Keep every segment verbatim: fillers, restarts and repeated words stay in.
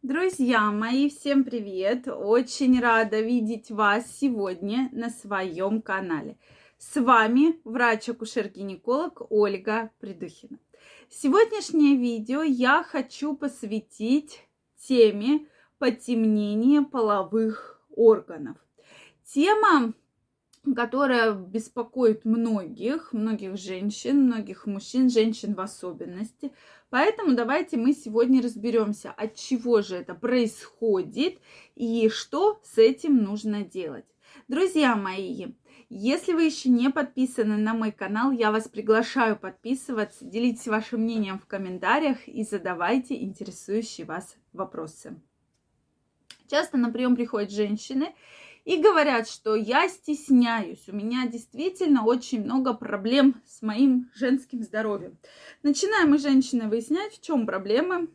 Друзья мои, всем привет! Очень рада видеть вас сегодня на своем канале. С вами врач-акушер-гинеколог Ольга Придухина. Сегодняшнее видео я хочу посвятить теме потемнения половых органов. Тема, которая беспокоит многих, многих женщин, многих мужчин, женщин в особенности. Поэтому давайте мы сегодня разберемся, от чего же это происходит и что с этим нужно делать. Друзья мои, если вы еще не подписаны на мой канал, я вас приглашаю подписываться, делитесь вашим мнением в комментариях и задавайте интересующие вас вопросы. Часто на прием приходят женщины и говорят, что я стесняюсь, у меня действительно очень много проблем с моим женским здоровьем. Начинаем мы, женщины, выяснять, в чем проблемы.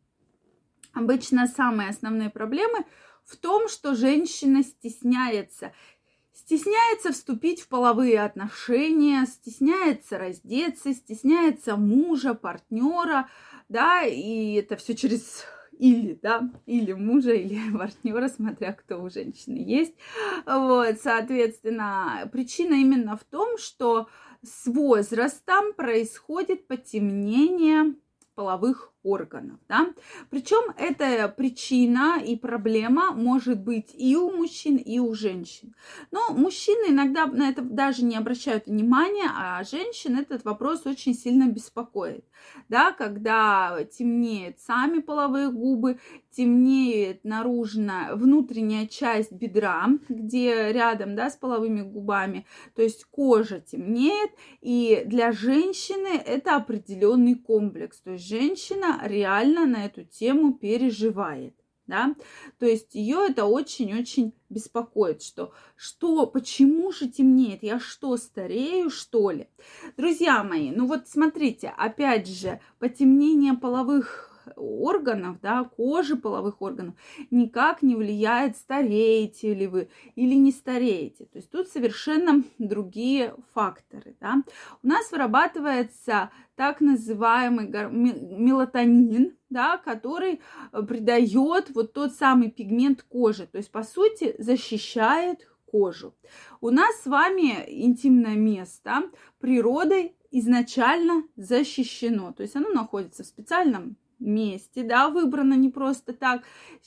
Обычно самые основные проблемы в том, что женщина стесняется. Стесняется вступить в половые отношения, стесняется раздеться, стесняется мужа, партнера, да, и это все через... Или, да, или мужа, или партнера, смотря кто у женщины есть. Вот, соответственно, причина именно в том, что с возрастом происходит потемнение половых органов, да. Причем эта причина и проблема может быть и у мужчин, и у женщин. Но мужчины иногда на это даже не обращают внимания, а женщин этот вопрос очень сильно беспокоит, да, когда темнеют сами половые губы, темнеет наружная внутренняя часть бедра, где рядом, да, с половыми губами, то есть кожа темнеет, и для женщины это определенный комплекс, то есть женщина реально на эту тему переживает, да, то есть ее это очень-очень беспокоит, что, что, почему же темнеет, я что, старею, что ли? Друзья мои, ну вот смотрите, опять же, потемнение половых органов, да, кожи половых органов никак не влияет, стареете ли вы или не стареете. То есть тут совершенно другие факторы, да. У нас вырабатывается так называемый мелатонин, да, который придает вот тот самый пигмент кожи, то есть по сути защищает кожу. У нас с вами интимное место природой изначально защищено, то есть оно находится в специальном месте, да, выбрано не просто так,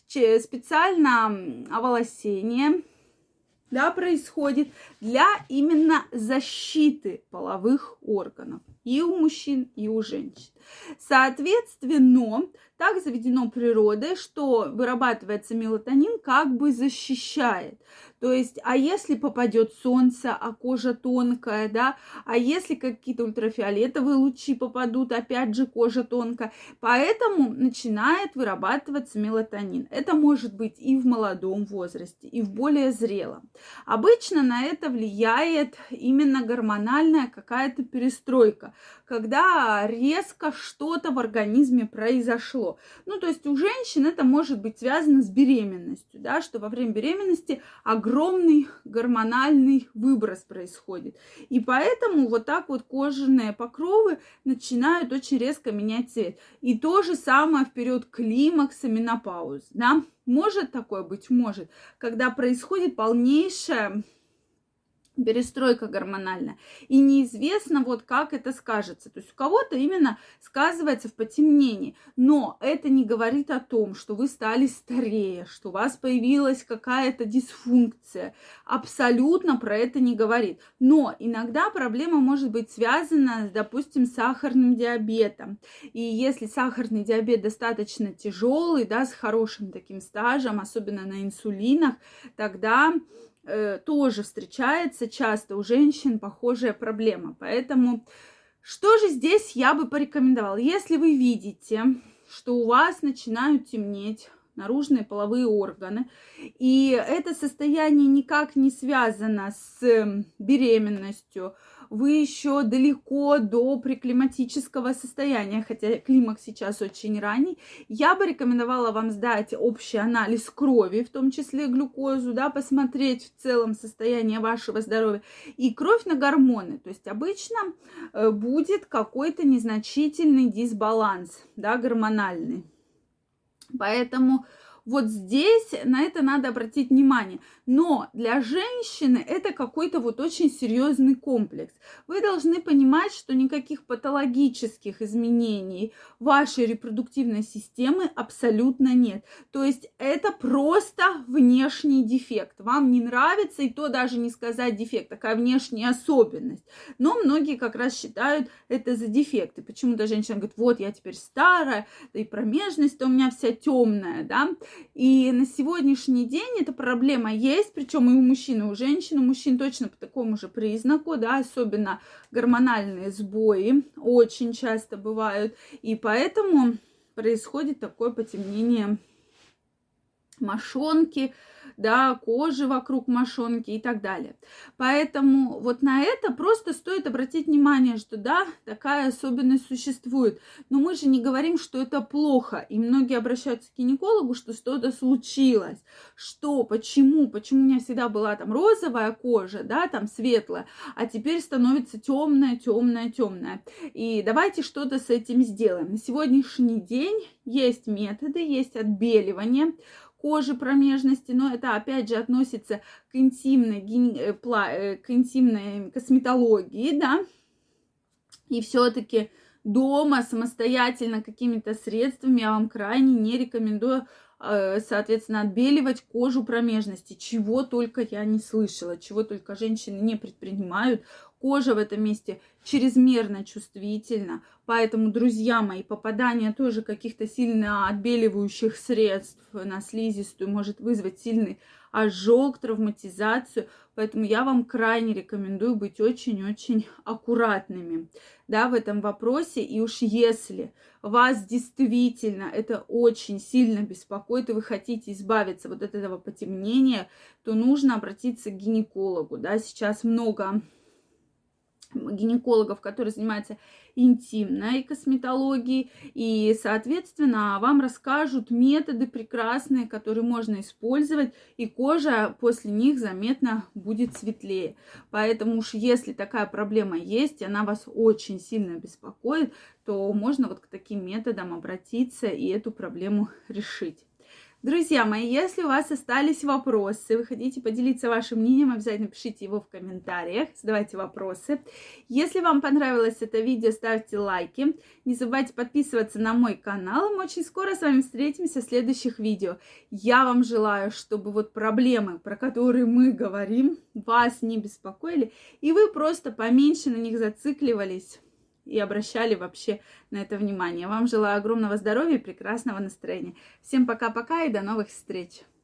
специально оволосение, да, происходит для именно защиты половых органов и у мужчин, и у женщин. Соответственно, так заведено природой, что вырабатывается мелатонин, как бы защищает. То есть, а если попадет солнце, а кожа тонкая, да, а если какие-то ультрафиолетовые лучи попадут, опять же, кожа тонкая, поэтому начинает вырабатываться мелатонин. Это может быть и в молодом возрасте, и в более зрелом. Обычно на это влияет именно гормональная какая-то перестройка, когда резко что-то в организме произошло. Ну, то есть у женщин это может быть связано с беременностью, да, что во время беременности огромный гормональный выброс происходит. И поэтому вот так вот кожаные покровы начинают очень резко менять цвет. И то же самое в период климакса, менопаузы, да. Может такое быть? Может. Когда происходит полнейшая перестройка гормональная. И неизвестно, вот как это скажется. То есть у кого-то именно сказывается в потемнении. Но это не говорит о том, что вы стали старее, что у вас появилась какая-то дисфункция. Абсолютно про это не говорит. Но иногда проблема может быть связана, допустим, с сахарным диабетом. И если сахарный диабет достаточно тяжелый, да, с хорошим таким стажем, особенно на инсулинах, тогда тоже встречается часто у женщин похожая проблема. Поэтому что же здесь я бы порекомендовала? Если вы видите, что у вас начинают темнеть наружные половые органы, и это состояние никак не связано с беременностью, вы еще далеко до преклиматического состояния, хотя климакс сейчас очень ранний, я бы рекомендовала вам сдать общий анализ крови, в том числе глюкозу, да, посмотреть в целом состояние вашего здоровья, и кровь на гормоны. То есть обычно будет какой-то незначительный дисбаланс, да, гормональный. Поэтому вот здесь на это надо обратить внимание. Но для женщины это какой-то вот очень серьезный комплекс. Вы должны понимать, что никаких патологических изменений вашей репродуктивной системы абсолютно нет. То есть это просто внешний дефект. Вам не нравится, и то даже не сказать дефект, такая внешняя особенность. Но многие как раз считают это за дефекты. Почему-то женщина говорит, вот я теперь старая, да и промежность-то у меня вся темная, да. И на сегодняшний день эта проблема есть, причем и у мужчин, и у женщин. У мужчин точно по такому же признаку, да, особенно гормональные сбои очень часто бывают. И поэтому происходит такое потемнение мошонки, да, кожи вокруг мошонки и так далее. Поэтому вот на это просто стоит обратить внимание, что да, такая особенность существует. Но мы же не говорим, что это плохо. И многие обращаются к гинекологу, что что-то случилось. Что, почему? Почему у меня всегда была там розовая кожа, да, там светлая, а теперь становится темная, темная, темная. И давайте что-то с этим сделаем. На сегодняшний день есть методы, есть отбеливание кожи промежности, но это опять же относится к интимной, к интимной косметологии, да, и все-таки дома самостоятельно какими-то средствами я вам крайне не рекомендую, соответственно, отбеливать кожу промежности, чего только я не слышала, чего только женщины не предпринимают. Кожа в этом месте чрезмерно чувствительна, поэтому, друзья мои, попадание тоже каких-то сильно отбеливающих средств на слизистую может вызвать сильный ожог, травматизацию, поэтому я вам крайне рекомендую быть очень-очень аккуратными, да, в этом вопросе. И уж если вас действительно это очень сильно беспокоит, и вы хотите избавиться вот от этого потемнения, то нужно обратиться к гинекологу, да, сейчас много гинекологов, которые занимаются интимной косметологией, и, соответственно, вам расскажут методы прекрасные, которые можно использовать, и кожа после них заметно будет светлее. Поэтому уж если такая проблема есть, и она вас очень сильно беспокоит, то можно вот к таким методам обратиться и эту проблему решить. Друзья мои, если у вас остались вопросы, вы хотите поделиться вашим мнением, обязательно пишите его в комментариях, задавайте вопросы. Если вам понравилось это видео, ставьте лайки. Не забывайте подписываться на мой канал. Мы очень скоро с вами встретимся в следующих видео. Я вам желаю, чтобы вот проблемы, про которые мы говорим, вас не беспокоили, и вы просто поменьше на них зацикливались и обращали вообще на это внимание. Вам желаю огромного здоровья и прекрасного настроения. Всем пока-пока и до новых встреч!